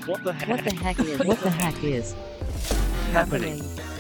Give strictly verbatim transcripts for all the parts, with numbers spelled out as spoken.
What the What the heck? heck is what the heck is Happening.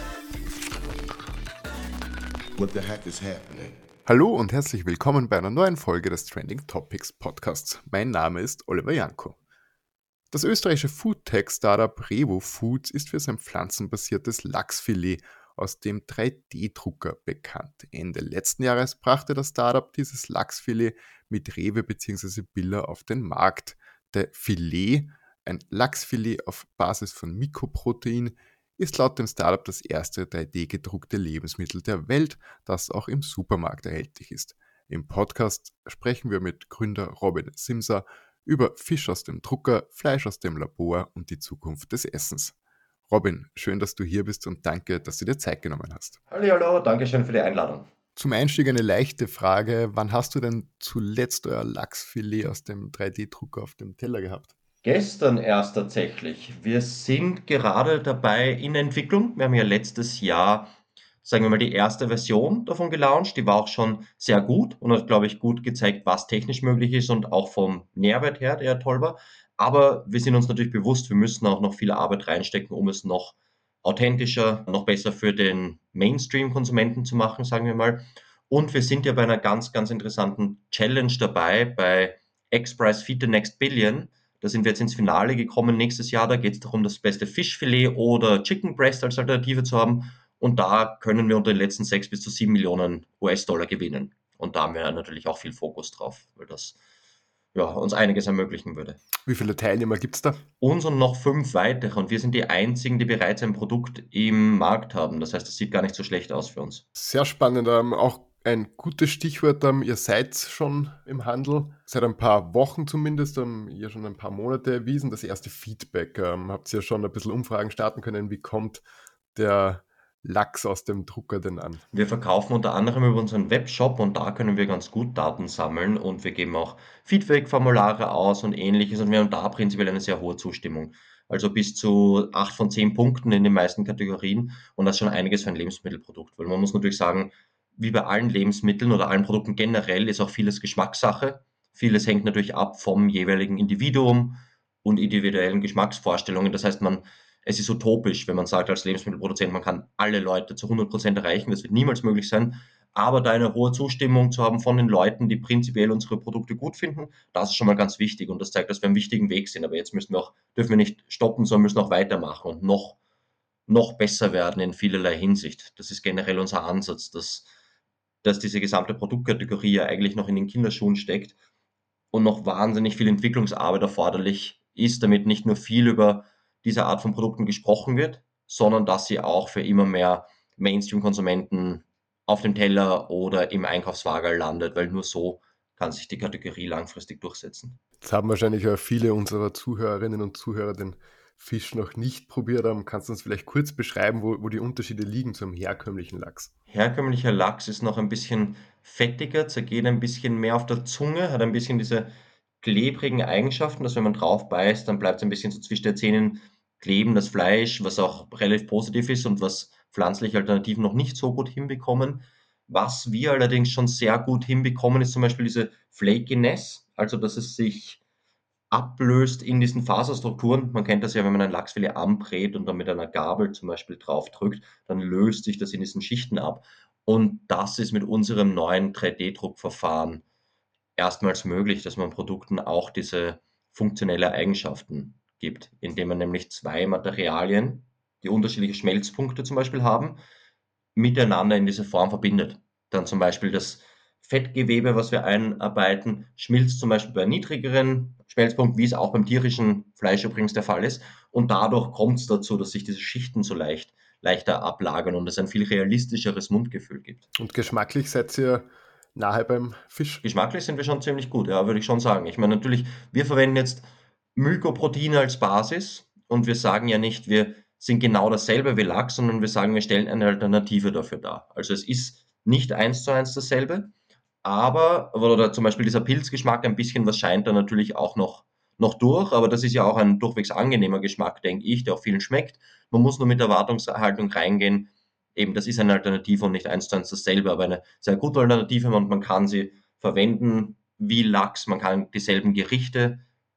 What the heck is happening? Hallo und herzlich willkommen bei einer neuen Folge des Trending Topics Podcasts. Mein Name ist Oliver Janko. Das österreichische Foodtech-Startup Revo Foods ist für sein pflanzenbasiertes Lachsfilet aus dem drei D-Drucker bekannt. Ende letzten Jahres brachte das Startup dieses Lachsfilet mit Rewe bzw. Billa auf den Markt. Der Filet, ein Lachsfilet auf Basis von Mykoprotein, ist laut dem Startup das erste drei D-gedruckte Lebensmittel der Welt, das auch im Supermarkt erhältlich ist. Im Podcast sprechen wir mit Gründer Robin Simser über Fisch aus dem Drucker, Fleisch aus dem Labor und die Zukunft des Essens. Robin, schön, dass du hier bist und danke, dass du dir Zeit genommen hast. Hallo, hallo, danke schön für die Einladung. Zum Einstieg eine leichte Frage. Wann hast du denn zuletzt euer Lachsfilet aus dem drei D-Drucker auf dem Teller gehabt? Gestern erst tatsächlich. Wir sind gerade dabei in der Entwicklung. Wir haben ja letztes Jahr, sagen wir mal, die erste Version davon gelauncht. Die war auch schon sehr gut und hat, glaube ich, gut gezeigt, was technisch möglich ist und auch vom Nährwert her, der toll war. Aber wir sind uns natürlich bewusst, wir müssen auch noch viel Arbeit reinstecken, um es noch authentischer, noch besser für den Mainstream-Konsumenten zu machen, sagen wir mal. Und wir sind ja bei einer ganz, ganz interessanten Challenge dabei, bei X-Prize Feed the Next Billion. Da sind wir jetzt ins Finale gekommen nächstes Jahr. Da geht es darum, das beste Fischfilet oder Chicken Breast als Alternative zu haben. Und da können wir unter den letzten sechs bis zu sieben Millionen U S-Dollar gewinnen. Und da haben wir natürlich auch viel Fokus drauf, weil das ja, uns einiges ermöglichen würde. Wie viele Teilnehmer gibt es da? Uns und noch fünf weitere. Und wir sind die einzigen, die bereits ein Produkt im Markt haben. Das heißt, es sieht gar nicht so schlecht aus für uns. Sehr spannend. Ähm, auch ein gutes Stichwort. Ähm, ihr seid schon im Handel, seit ein paar Wochen zumindest, ähm, ihr schon ein paar Monate. Wie ist denn das erste Feedback? Ähm, habt ihr schon ein bisschen Umfragen starten können? Wie kommt der Lachs aus dem Drucker denn an? Wir verkaufen unter anderem über unseren Webshop und da können wir ganz gut Daten sammeln und wir geben auch Feedback-Formulare aus und ähnliches und wir haben da prinzipiell eine sehr hohe Zustimmung. Also bis zu acht von zehn Punkten in den meisten Kategorien und das ist schon einiges für ein Lebensmittelprodukt, weil man muss natürlich sagen, wie bei allen Lebensmitteln oder allen Produkten generell ist auch vieles Geschmackssache. Vieles hängt natürlich ab vom jeweiligen Individuum und individuellen Geschmacksvorstellungen. Das heißt, man es ist utopisch, wenn man sagt als Lebensmittelproduzent, man kann alle Leute zu hundert Prozent erreichen. Das wird niemals möglich sein. Aber da eine hohe Zustimmung zu haben von den Leuten, die prinzipiell unsere Produkte gut finden, das ist schon mal ganz wichtig. Und das zeigt, dass wir einen wichtigen Weg sind. Aber jetzt müssen wir auch, dürfen wir nicht stoppen, sondern müssen auch weitermachen und noch, noch besser werden in vielerlei Hinsicht. Das ist generell unser Ansatz, dass, dass diese gesamte Produktkategorie ja eigentlich noch in den Kinderschuhen steckt und noch wahnsinnig viel Entwicklungsarbeit erforderlich ist, damit nicht nur viel über diese Art von Produkten gesprochen wird, sondern dass sie auch für immer mehr Mainstream-Konsumenten auf dem Teller oder im Einkaufswagen landet, weil nur so kann sich die Kategorie langfristig durchsetzen. Jetzt haben wahrscheinlich auch viele unserer Zuhörerinnen und Zuhörer den Fisch noch nicht probiert haben. Kannst du uns vielleicht kurz beschreiben, wo, wo die Unterschiede liegen zum herkömmlichen Lachs? Herkömmlicher Lachs ist noch ein bisschen fettiger, zergeht ein bisschen mehr auf der Zunge, hat ein bisschen diese klebrigen Eigenschaften, dass wenn man drauf beißt, dann bleibt es ein bisschen so zwischen den Zähnen kleben, das Fleisch, was auch relativ positiv ist und was pflanzliche Alternativen noch nicht so gut hinbekommen. Was wir allerdings schon sehr gut hinbekommen, ist zum Beispiel diese Flakiness, also dass es sich ablöst in diesen Faserstrukturen. Man kennt das ja, wenn man ein Lachsfilet anbrät und dann mit einer Gabel zum Beispiel drauf drückt, dann löst sich das in diesen Schichten ab. Und das ist mit unserem neuen drei D-Druckverfahren erstmals möglich, dass man Produkten auch diese funktionelle Eigenschaften gibt, indem man nämlich zwei Materialien, die unterschiedliche Schmelzpunkte zum Beispiel haben, miteinander in diese Form verbindet. Dann zum Beispiel das Fettgewebe, was wir einarbeiten, schmilzt zum Beispiel bei einem niedrigeren Schmelzpunkt, wie es auch beim tierischen Fleisch übrigens der Fall ist. Und dadurch kommt es dazu, dass sich diese Schichten so leicht leichter ablagern und es ein viel realistischeres Mundgefühl gibt. Und geschmacklich seid ihr nahe beim Fisch? Geschmacklich sind wir schon ziemlich gut, ja, würde ich schon sagen. Ich meine, natürlich, wir verwenden jetzt Mykoproteine als Basis und wir sagen ja nicht, wir sind genau dasselbe wie Lachs, sondern wir sagen, wir stellen eine Alternative dafür dar. Also es ist nicht eins zu eins dasselbe, aber, oder zum Beispiel dieser Pilzgeschmack, ein bisschen was scheint da natürlich auch noch, noch durch, aber das ist ja auch ein durchwegs angenehmer Geschmack, denke ich, der auch vielen schmeckt. Man muss nur mit der Erwartungshaltung reingehen, eben, das ist eine Alternative und nicht eins zu eins dasselbe, aber eine sehr gute Alternative und man kann sie verwenden wie Lachs, man kann dieselben Gerichte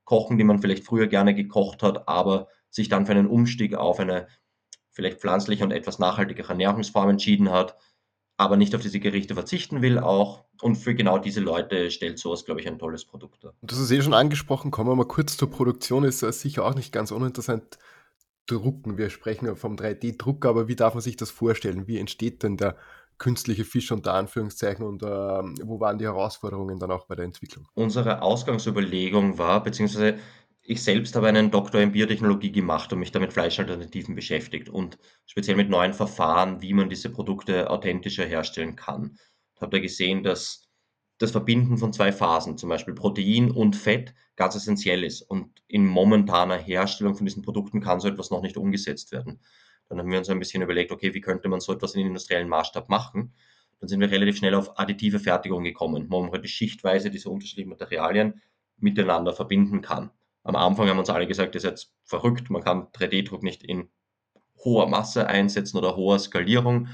kochen, die man vielleicht früher gerne gekocht hat, aber sich dann für einen Umstieg auf eine vielleicht pflanzliche und etwas nachhaltigere Ernährungsform entschieden hat, aber nicht auf diese Gerichte verzichten will auch. Und für genau diese Leute stellt sowas, glaube ich, ein tolles Produkt dar. Du hast es eh schon angesprochen, kommen wir mal kurz zur Produktion, ist äh, sicher auch nicht ganz uninteressant. Drucken, wir sprechen ja vom drei D-Drucker, aber wie darf man sich das vorstellen? Wie entsteht denn der künstliche Fisch unter Anführungszeichen und ähm, wo waren die Herausforderungen dann auch bei der Entwicklung? Unsere Ausgangsüberlegung war, beziehungsweise ich selbst habe einen Doktor in Biotechnologie gemacht und mich da mit Fleischalternativen beschäftigt und speziell mit neuen Verfahren, wie man diese Produkte authentischer herstellen kann. Ich habe da gesehen, dass das Verbinden von zwei Phasen, zum Beispiel Protein und Fett, ganz essentiell ist. Und in momentaner Herstellung von diesen Produkten kann so etwas noch nicht umgesetzt werden. Dann haben wir uns ein bisschen überlegt, okay, wie könnte man so etwas in industriellen Maßstab machen? Dann sind wir relativ schnell auf additive Fertigung gekommen, wo man die schichtweise diese unterschiedlichen Materialien miteinander verbinden kann. Am Anfang haben uns alle gesagt, das ist jetzt verrückt, man kann drei D-Druck nicht in hoher Masse einsetzen oder hoher Skalierung.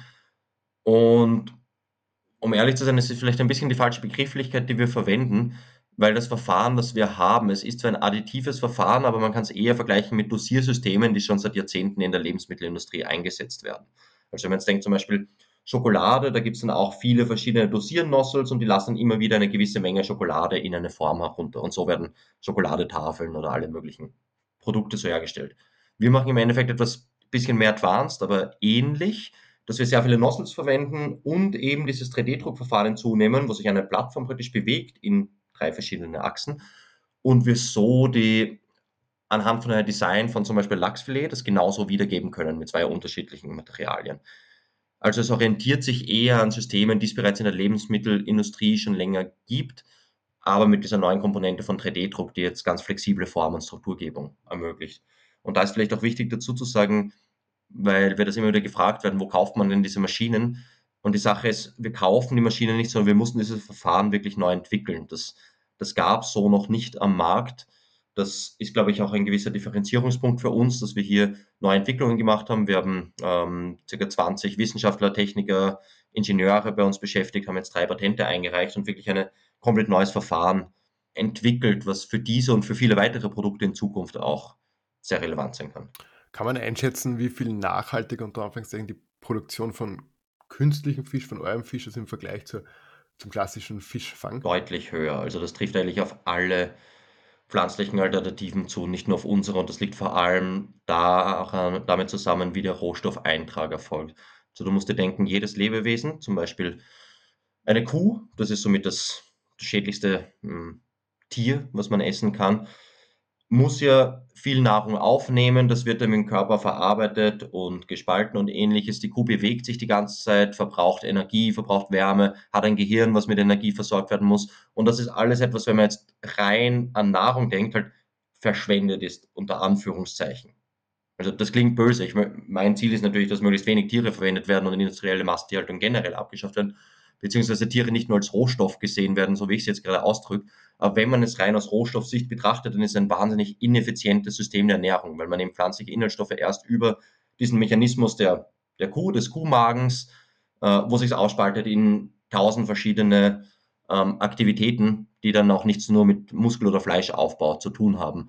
Und um ehrlich zu sein, ist es vielleicht ein bisschen die falsche Begrifflichkeit, die wir verwenden, weil das Verfahren, das wir haben, es ist zwar ein additives Verfahren, aber man kann es eher vergleichen mit Dosiersystemen, die schon seit Jahrzehnten in der Lebensmittelindustrie eingesetzt werden. Also wenn man jetzt denkt, zum Beispiel Schokolade, da gibt es dann auch viele verschiedene Dosiernozzles und die lassen immer wieder eine gewisse Menge Schokolade in eine Form herunter. Und so werden Schokoladetafeln oder alle möglichen Produkte so hergestellt. Wir machen im Endeffekt etwas bisschen mehr advanced, aber ähnlich, dass wir sehr viele Nozzles verwenden und eben dieses drei D-Druckverfahren hinzunehmen, wo sich eine Plattform praktisch bewegt in drei verschiedene Achsen und wir so die anhand von einem Design von zum Beispiel Lachsfilet das genauso wiedergeben können mit zwei unterschiedlichen Materialien. Also es orientiert sich eher an Systemen, die es bereits in der Lebensmittelindustrie schon länger gibt, aber mit dieser neuen Komponente von drei D-Druck, die jetzt ganz flexible Form und Strukturgebung ermöglicht. Und da ist vielleicht auch wichtig dazu zu sagen, weil wir das immer wieder gefragt werden, wo kauft man denn diese Maschinen? Und die Sache ist, wir kaufen die Maschinen nicht, sondern wir mussten dieses Verfahren wirklich neu entwickeln. Das, das gab es so noch nicht am Markt. Das ist, glaube ich, auch ein gewisser Differenzierungspunkt für uns, dass wir hier neue Entwicklungen gemacht haben. Wir haben ähm, ca. zwanzig Wissenschaftler, Techniker, Ingenieure bei uns beschäftigt, haben jetzt drei Patente eingereicht und wirklich ein komplett neues Verfahren entwickelt, was für diese und für viele weitere Produkte in Zukunft auch sehr relevant sein kann. Kann man einschätzen, wie viel nachhaltiger unter Anführungszeichen die Produktion von künstlichem Fisch, von eurem Fisch ist im Vergleich zur, zum klassischen Fischfang? Deutlich höher. Also das trifft eigentlich auf alle pflanzlichen Alternativen zu, nicht nur auf unsere. Und das liegt vor allem da auch äh, damit zusammen, wie der Rohstoffeintrag erfolgt. Also du musst dir denken, jedes Lebewesen, zum Beispiel eine Kuh, das ist somit das schädlichste hm, Tier, was man essen kann, muss ja viel Nahrung aufnehmen, das wird dann im Körper verarbeitet und gespalten und Ähnliches. Die Kuh bewegt sich die ganze Zeit, verbraucht Energie, verbraucht Wärme, hat ein Gehirn, was mit Energie versorgt werden muss. Und das ist alles etwas, wenn man jetzt rein an Nahrung denkt, halt verschwendet ist, unter Anführungszeichen. Also das klingt böse. Ich, mein Ziel ist natürlich, dass möglichst wenig Tiere verwendet werden und industrielle Masttierhaltung generell abgeschafft werden, beziehungsweise Tiere nicht nur als Rohstoff gesehen werden, so wie ich es jetzt gerade ausdrücke. Aber wenn man es rein aus Rohstoffsicht betrachtet, dann ist es ein wahnsinnig ineffizientes System der Ernährung, weil man eben pflanzliche Inhaltsstoffe erst über diesen Mechanismus der, der Kuh, des Kuhmagens, äh, wo sich es ausspaltet in tausend verschiedene ähm, Aktivitäten, die dann auch nichts nur mit Muskel- oder Fleischaufbau zu tun haben.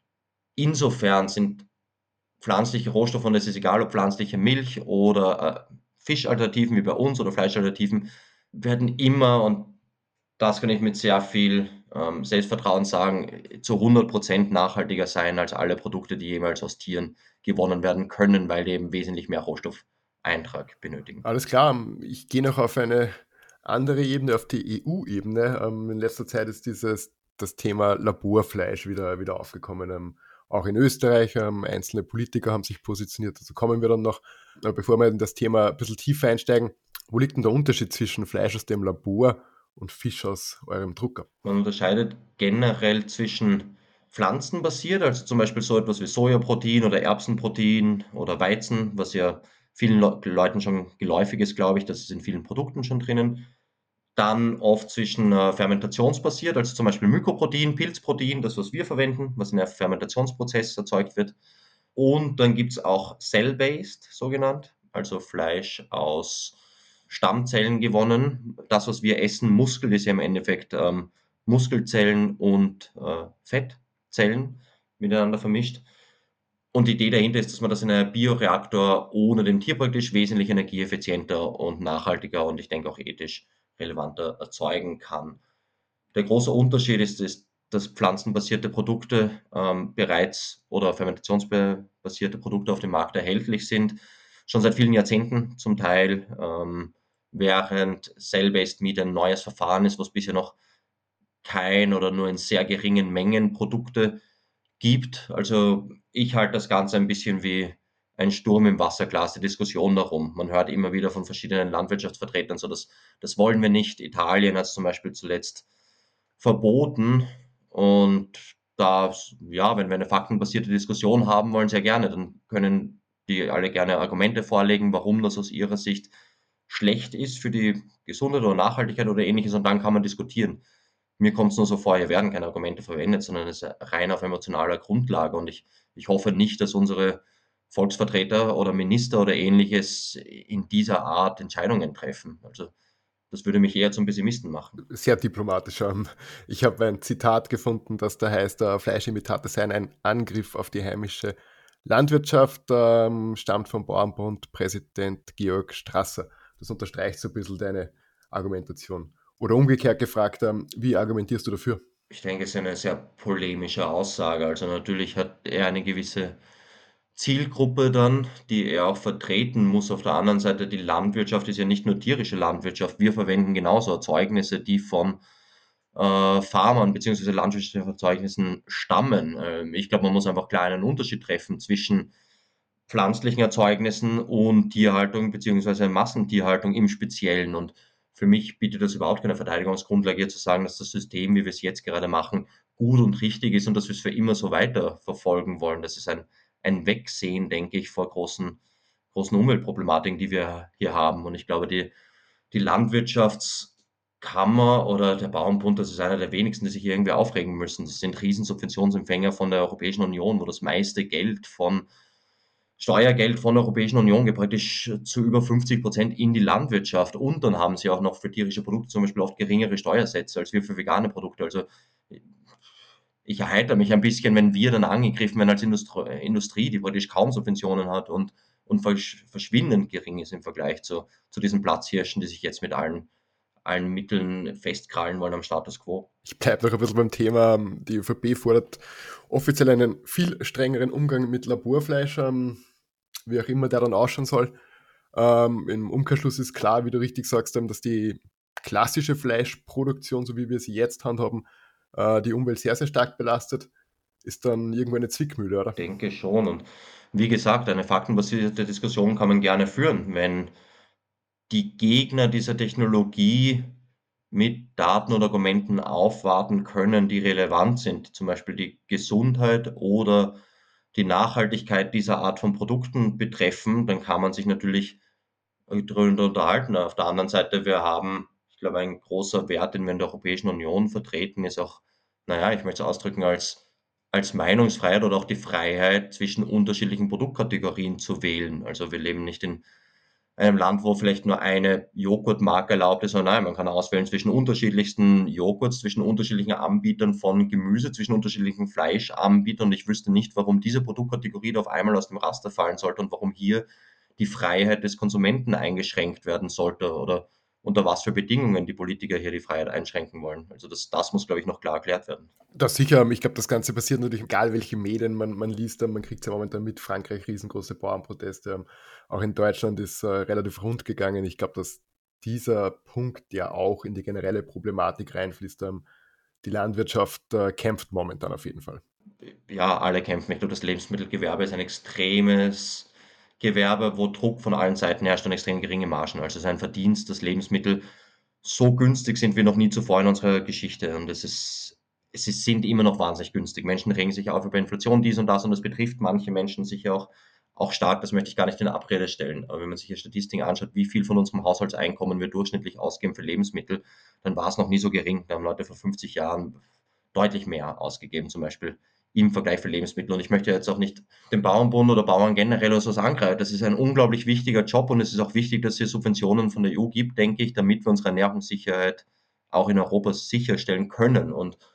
Insofern sind pflanzliche Rohstoffe, und es ist egal, ob pflanzliche Milch oder äh, Fischalternativen wie bei uns oder Fleischalternativen, werden immer, und das kann ich mit sehr viel ähm, Selbstvertrauen sagen, zu hundert Prozent nachhaltiger sein als alle Produkte, die jemals aus Tieren gewonnen werden können, weil die eben wesentlich mehr Rohstoffeintrag benötigen. Alles klar, ich gehe noch auf eine andere Ebene, auf die E U-Ebene. Ähm, in letzter Zeit ist dieses, das Thema Laborfleisch wieder, wieder aufgekommen. Ähm, auch in Österreich, ähm, einzelne Politiker haben sich positioniert, dazu kommen wir dann noch. Aber bevor wir in das Thema ein bisschen tiefer einsteigen, wo liegt denn der Unterschied zwischen Fleisch aus dem Labor und Fisch aus eurem Drucker? Man unterscheidet generell zwischen pflanzenbasiert, also zum Beispiel so etwas wie Sojaprotein oder Erbsenprotein oder Weizen, was ja vielen Leu Leuten schon geläufig ist, glaube ich, das ist in vielen Produkten schon drinnen. Dann oft zwischen äh, fermentationsbasiert, also zum Beispiel Mykoprotein, Pilzprotein, das, was wir verwenden, was in einem Fermentationsprozess erzeugt wird. Und dann gibt es auch Cell-based, so genannt, also Fleisch aus Stammzellen gewonnen. Das, was wir essen, Muskel, ist ja im Endeffekt ähm, Muskelzellen und äh, Fettzellen. Zellen miteinander vermischt. Und die Idee dahinter ist, dass man das in einem Bioreaktor ohne den Tier praktisch wesentlich energieeffizienter und nachhaltiger und ich denke auch ethisch relevanter erzeugen kann. Der große Unterschied ist, ist dass pflanzenbasierte Produkte ähm, bereits oder fermentationsbasierte Produkte auf dem Markt erhältlich sind, schon seit vielen Jahrzehnten zum Teil, ähm, während Cell-Based Meat ein neues Verfahren ist, was bisher noch kein oder nur in sehr geringen Mengen Produkte gibt. Also ich halte das Ganze ein bisschen wie ein Sturm im Wasserglas, die Diskussion darum. Man hört immer wieder von verschiedenen Landwirtschaftsvertretern so, das, das wollen wir nicht. Italien hat es zum Beispiel zuletzt verboten und da, ja, wenn wir eine faktenbasierte Diskussion haben wollen, sehr gerne, dann können die alle gerne Argumente vorlegen, warum das aus ihrer Sicht schlecht ist für die Gesundheit oder Nachhaltigkeit oder ähnliches und dann kann man diskutieren. Mir kommt es nur so vor, hier werden keine Argumente verwendet, sondern es ist rein auf emotionaler Grundlage und ich, ich hoffe nicht, dass unsere Volksvertreter oder Minister oder ähnliches in dieser Art Entscheidungen treffen. Also das würde mich eher zum Pessimisten machen. Sehr diplomatisch. ähm, Ich habe ein Zitat gefunden, das da heißt, äh, Fleischimitate seien ein Angriff auf die heimische Landwirtschaft, ähm, stammt vom Bauernbund Präsident Georg Strasser. Das unterstreicht so ein bisschen deine Argumentation. Oder umgekehrt gefragt, ähm, wie argumentierst du dafür? Ich denke, es ist eine sehr polemische Aussage. Also natürlich hat er eine gewisse Zielgruppe dann, die er auch vertreten muss. Auf der anderen Seite, die Landwirtschaft ist ja nicht nur tierische Landwirtschaft. Wir verwenden genauso Erzeugnisse, die von äh, Farmern beziehungsweise landwirtschaftlichen Erzeugnissen stammen. Ähm, ich glaube, man muss einfach klar einen Unterschied treffen zwischen pflanzlichen Erzeugnissen und Tierhaltung beziehungsweise Massentierhaltung im Speziellen. Und für mich bietet das überhaupt keine Verteidigungsgrundlage, hier zu sagen, dass das System, wie wir es jetzt gerade machen, gut und richtig ist und dass wir es für immer so weiter verfolgen wollen. Das ist ein, ein Wegsehen, denke ich, vor großen, großen Umweltproblematiken, die wir hier haben. Und ich glaube, die, die Landwirtschaftskammer oder der Bauernbund, das ist einer der wenigsten, die sich hier irgendwie aufregen müssen. Das sind Riesensubventionsempfänger von der Europäischen Union, wo das meiste Geld von Steuergeld von der Europäischen Union geht praktisch zu über fünfzig Prozent in die Landwirtschaft. Und dann haben sie auch noch für tierische Produkte zum Beispiel oft geringere Steuersätze als wir für vegane Produkte. Also ich erheitere mich ein bisschen, wenn wir dann angegriffen werden als Industrie, Industrie die praktisch kaum Subventionen hat und, und verschwindend gering ist im Vergleich zu, zu diesen Platzhirschen, die sich jetzt mit allen, allen Mitteln festkrallen wollen am Status quo. Ich bleibe noch ein bisschen beim Thema. Die ÖVP fordert offiziell einen viel strengeren Umgang mit Laborfleisch, ähm, wie auch immer der dann ausschauen soll. Ähm, Im Umkehrschluss ist klar, wie du richtig sagst, ähm, dass die klassische Fleischproduktion, so wie wir sie jetzt handhaben, äh, die Umwelt sehr, sehr stark belastet. Ist dann irgendwo eine Zwickmühle, oder? Ich denke schon. Und wie gesagt, eine faktenbasierte Diskussion kann man gerne führen, wenn die Gegner dieser Technologie mit Daten und Argumenten aufwarten können, die relevant sind, zum Beispiel die Gesundheit oder die Nachhaltigkeit dieser Art von Produkten betreffen, dann kann man sich natürlich darüber unterhalten. Auf der anderen Seite, wir haben, ich glaube, ein großer Wert, den wir in der Europäischen Union vertreten, ist auch, naja, ich möchte es ausdrücken, als, als Meinungsfreiheit oder auch die Freiheit, zwischen unterschiedlichen Produktkategorien zu wählen. Also wir leben nicht in einem Land, wo vielleicht nur eine Joghurtmarke erlaubt ist, sondern nein, man kann auswählen zwischen unterschiedlichsten Joghurts, zwischen unterschiedlichen Anbietern von Gemüse, zwischen unterschiedlichen Fleischanbietern. Und ich wüsste nicht, warum diese Produktkategorie da auf einmal aus dem Raster fallen sollte und warum hier die Freiheit des Konsumenten eingeschränkt werden sollte oder unter was für Bedingungen die Politiker hier die Freiheit einschränken wollen. Also das, das muss, glaube ich, noch klar erklärt werden. Das sicher, ich glaube, das Ganze passiert natürlich, egal welche Medien man, man liest, man kriegt es ja momentan mit. Frankreich, riesengroße Bauernproteste. Auch in Deutschland ist äh, relativ rund gegangen. Ich glaube, dass dieser Punkt ja auch in die generelle Problematik reinfließt. Ähm, die Landwirtschaft äh, kämpft momentan auf jeden Fall. Ja, alle kämpfen. Ich glaube, das Lebensmittelgewerbe ist ein extremes Gewerbe, wo Druck von allen Seiten herrscht und extrem geringe Margen. Also es ist ein Verdienst, dass Lebensmittel so günstig sind wie noch nie zuvor in unserer Geschichte. Und es ist, es ist, sind immer noch wahnsinnig günstig. Menschen regen sich auf über Inflation, dies und das, und das betrifft manche Menschen sicher auch, auch stark. Das möchte ich gar nicht in Abrede stellen. Aber wenn man sich hier Statistiken anschaut, wie viel von unserem Haushaltseinkommen wir durchschnittlich ausgeben für Lebensmittel, dann war es noch nie so gering. Da haben Leute vor fünfzig Jahren deutlich mehr ausgegeben, zum Beispiel im Vergleich für Lebensmittel. Und ich möchte jetzt auch nicht den Bauernbund oder Bauern generell oder so angreifen. Das ist ein unglaublich wichtiger Job und es ist auch wichtig, dass es Subventionen von der E U gibt, denke ich, damit wir unsere Ernährungssicherheit auch in Europa sicherstellen können. Und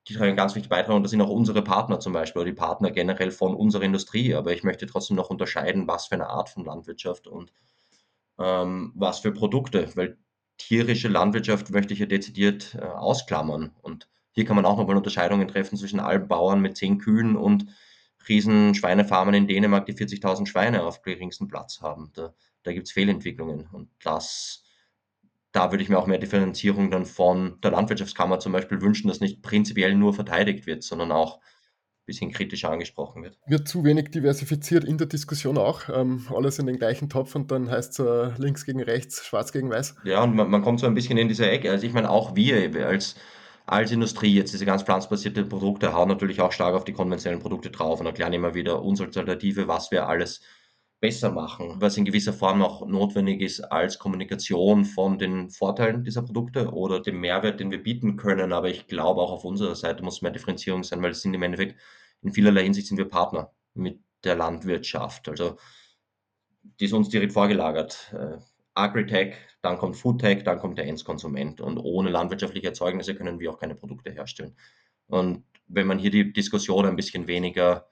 die tragen einen ganz wichtigen Beitrag und das sind auch unsere Partner zum Beispiel oder die Partner generell von unserer Industrie. Aber ich möchte trotzdem noch unterscheiden, was für eine Art von Landwirtschaft und ähm, was für Produkte, weil tierische Landwirtschaft möchte ich ja dezidiert äh, ausklammern. Und hier kann man auch nochmal Unterscheidungen treffen zwischen Almbauern mit zehn Kühen und riesen Schweinefarmen in Dänemark, die vierzigtausend Schweine auf geringstem Platz haben. Da, da gibt es Fehlentwicklungen und das, da würde ich mir auch mehr Differenzierung dann von der Landwirtschaftskammer zum Beispiel wünschen, dass nicht prinzipiell nur verteidigt wird, sondern auch ein bisschen kritischer angesprochen wird. Wird zu wenig diversifiziert in der Diskussion auch. Ähm, alles in den gleichen Topf und dann heißt es äh, links gegen rechts, schwarz gegen weiß. Ja, und man, man kommt so ein bisschen in diese Ecke. Also ich meine, auch wir als, als Industrie, jetzt diese ganz pflanzenbasierten Produkte, hauen natürlich auch stark auf die konventionellen Produkte drauf und erklären immer wieder uns als Alternative, was wir alles besser machen, was in gewisser Form auch notwendig ist als Kommunikation von den Vorteilen dieser Produkte oder dem Mehrwert, den wir bieten können. Aber ich glaube, auch auf unserer Seite muss mehr Differenzierung sein, weil es sind im Endeffekt, in vielerlei Hinsicht sind wir Partner mit der Landwirtschaft. Also die ist uns direkt vorgelagert. Äh, Agritech, dann kommt Foodtech, dann kommt der Endkonsument. Und ohne landwirtschaftliche Erzeugnisse können wir auch keine Produkte herstellen. Und wenn man hier die Diskussion ein bisschen weniger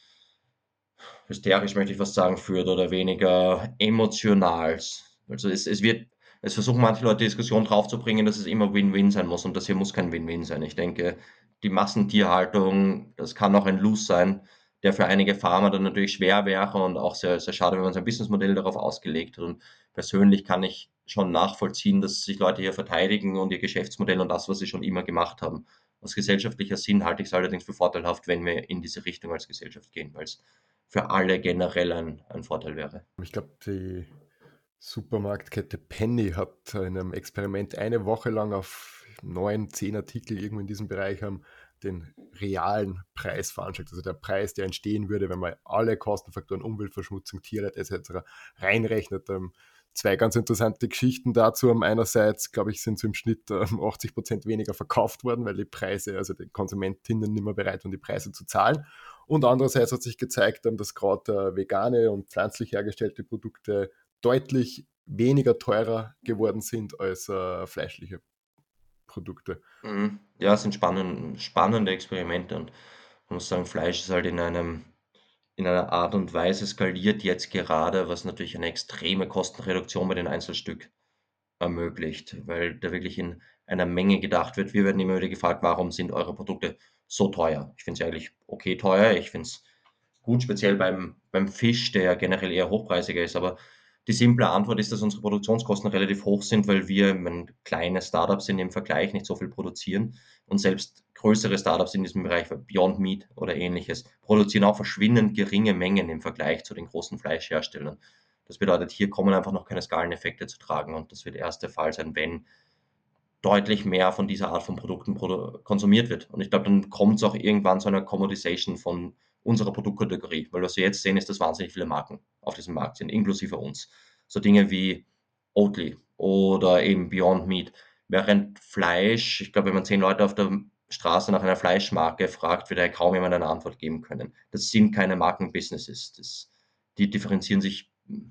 hysterisch, möchte ich fast sagen, führt oder weniger emotional. Also es, es wird, es versuchen manche Leute die Diskussion draufzubringen, dass es immer Win-Win sein muss und das hier muss kein Win-Win sein. Ich denke, die Massentierhaltung, das kann auch ein Lose sein, der für einige Farmer dann natürlich schwer wäre und auch sehr, sehr schade, wenn man sein Businessmodell darauf ausgelegt hat. Und persönlich kann ich schon nachvollziehen, dass sich Leute hier verteidigen und ihr Geschäftsmodell und das, was sie schon immer gemacht haben. Aus gesellschaftlicher Sinn halte ich es allerdings für vorteilhaft, wenn wir in diese Richtung als Gesellschaft gehen, weil es für alle generell ein, ein Vorteil wäre. Ich glaube, die Supermarktkette Penny hat in einem Experiment eine Woche lang auf neun, zehn Artikel irgendwo in diesem Bereich haben den realen Preis veranschlagt. Also der Preis, der entstehen würde, wenn man alle Kostenfaktoren, Umweltverschmutzung, Tierleid et cetera reinrechnet. Ähm, zwei ganz interessante Geschichten dazu. Einerseits, glaube ich, sind so im Schnitt ähm, achtzig Prozent weniger verkauft worden, weil die Preise, also die Konsumentinnen nicht mehr bereit waren, die Preise zu zahlen. Und andererseits hat sich gezeigt, dass gerade vegane und pflanzlich hergestellte Produkte deutlich weniger teurer geworden sind als äh, fleischliche Produkte. Mhm. Ja, es sind spannend, spannende Experimente und man muss sagen, Fleisch ist halt in einem, in einer Art und Weise skaliert jetzt gerade, was natürlich eine extreme Kostenreduktion bei den Einzelstück ermöglicht, weil da wirklich in einer Menge gedacht wird. Wir werden immer wieder gefragt, warum sind eure Produkte so teuer? Ich finde es eigentlich okay teuer. Ich finde es gut, speziell beim, beim Fisch, der ja generell eher hochpreisiger ist. Aber die simple Antwort ist, dass unsere Produktionskosten relativ hoch sind, weil wir ein kleine Startups sind im Vergleich, nicht so viel produzieren. Und selbst größere Startups in diesem Bereich, Beyond Meat oder ähnliches, produzieren auch verschwindend geringe Mengen im Vergleich zu den großen Fleischherstellern. Das bedeutet, hier kommen einfach noch keine Skaleneffekte zu tragen und das wird erst der Fall sein, wenn deutlich mehr von dieser Art von Produkten produ konsumiert wird. Und ich glaube, dann kommt es auch irgendwann zu einer Commodization von unserer Produktkategorie, weil was wir jetzt sehen, ist, dass wahnsinnig viele Marken auf diesem Markt sind, inklusive uns. So Dinge wie Oatly oder eben Beyond Meat. Während Fleisch, ich glaube, wenn man zehn Leute auf der Straße nach einer Fleischmarke fragt, wird ja kaum jemand eine Antwort geben können. Das sind keine Markenbusinesses. Das, die differenzieren sich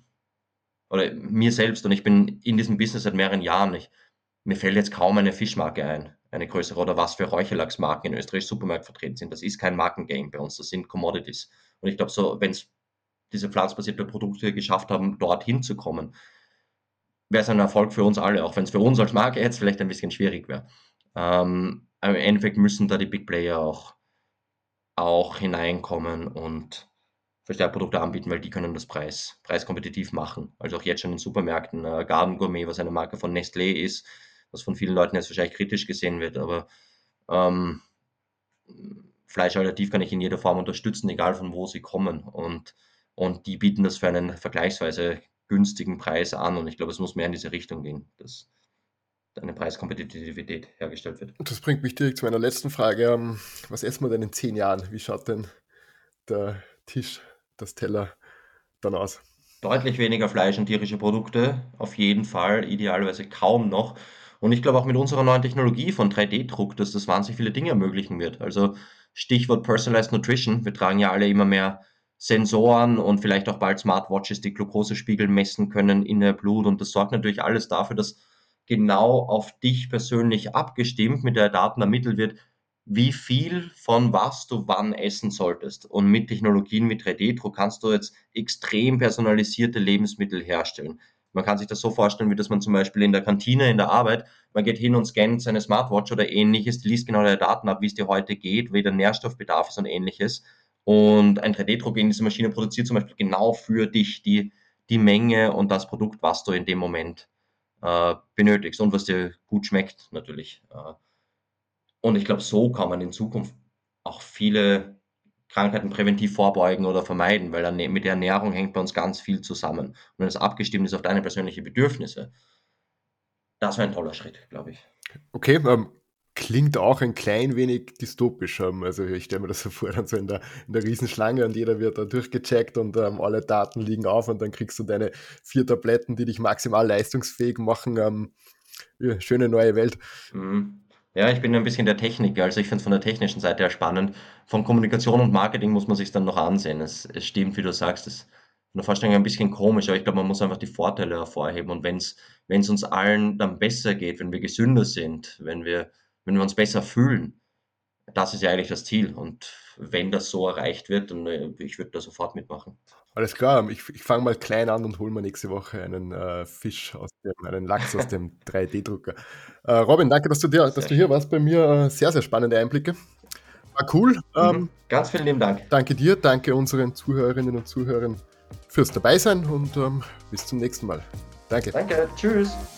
oder mir selbst und ich bin in diesem Business seit mehreren Jahren. Ich, mir fällt jetzt kaum eine Fischmarke ein, eine größere oder was für Räucherlachsmarken in österreichischen Supermärkten vertreten sind. Das ist kein Markengame bei uns, das sind Commodities. Und ich glaube, so, wenn es diese pflanzenbasierten Produkte geschafft haben, dorthin zu kommen, wäre es ein Erfolg für uns alle, auch wenn es für uns als Marke jetzt vielleicht ein bisschen schwierig wäre. Ähm, aber im Endeffekt müssen da die Big Player auch, auch hineinkommen und verstärkt Produkte anbieten, weil die können das Preis, preiskompetitiv machen. Also auch jetzt schon in Supermärkten, äh, Garden Gourmet, was eine Marke von Nestlé ist, was von vielen Leuten jetzt wahrscheinlich kritisch gesehen wird, aber ähm, Fleischalternativ kann ich in jeder Form unterstützen, egal von wo sie kommen. Und, und die bieten das für einen vergleichsweise günstigen Preis an. Und ich glaube, es muss mehr in diese Richtung gehen, dass eine Preiskompetitivität hergestellt wird. Und das bringt mich direkt zu meiner letzten Frage. Ähm, Was essen wir denn in zehn Jahren? Wie schaut denn der Tisch, das Teller dann aus? Deutlich weniger Fleisch und tierische Produkte, auf jeden Fall, idealerweise kaum noch. Und ich glaube auch mit unserer neuen Technologie von drei D-Druck, dass das wahnsinnig viele Dinge ermöglichen wird. Also Stichwort Personalized Nutrition. Wir tragen ja alle immer mehr Sensoren und vielleicht auch bald Smartwatches, die Glukosespiegel messen können in der Blut. Und das sorgt natürlich alles dafür, dass genau auf dich persönlich abgestimmt mit der Daten ermittelt wird, wie viel von was du wann essen solltest. Und mit Technologien wie drei D-Druck kannst du jetzt extrem personalisierte Lebensmittel herstellen. Man kann sich das so vorstellen, wie dass man zum Beispiel in der Kantine, in der Arbeit, man geht hin und scannt seine Smartwatch oder ähnliches, die liest genau deine Daten ab, wie es dir heute geht, wie der Nährstoffbedarf ist und ähnliches. Und ein drei D-Druck in dieser Maschine produziert zum Beispiel genau für dich die, die Menge und das Produkt, was du in dem Moment äh, benötigst und was dir gut schmeckt natürlich. Äh, und ich glaube, so kann man in Zukunft auch viele Krankheiten präventiv vorbeugen oder vermeiden, weil erne mit der Ernährung hängt bei uns ganz viel zusammen. Und wenn es abgestimmt ist auf deine persönlichen Bedürfnisse, das wäre ein toller Schritt, glaube ich. Okay, ähm, klingt auch ein klein wenig dystopisch. Ähm, also ich stelle mir das so vor, dann so in der, in der Riesenschlange und jeder wird da durchgecheckt und ähm, alle Daten liegen auf und dann kriegst du deine vier Tabletten, die dich maximal leistungsfähig machen. Ähm, ja, schöne neue Welt. Mhm. Ja, ich bin ein bisschen der Techniker, also ich finde es von der technischen Seite her spannend. Von Kommunikation und Marketing muss man sich dann noch ansehen. Es, es stimmt, wie du sagst, es ist von der Vorstellung ein bisschen komisch, aber ich glaube, man muss einfach die Vorteile hervorheben. Und wenn es wenn es uns allen dann besser geht, wenn wir gesünder sind, wenn wir, wenn wir uns besser fühlen, das ist ja eigentlich das Ziel. Und wenn das so erreicht wird, dann äh, ich würde da sofort mitmachen. Alles klar, ich, ich fange mal klein an und hole mir nächste Woche einen äh, Fisch aus dem, einen Lachs aus dem drei D-Drucker. Äh, Robin, danke, dass du, dir, dass Sehr du hier schön. warst bei mir. Äh, sehr, sehr spannende Einblicke. War cool. Mhm. Ähm, Ganz vielen lieben Dank. danke dir, danke unseren Zuhörerinnen und Zuhörern fürs Dabeisein und ähm, bis zum nächsten Mal. Danke. Danke, tschüss.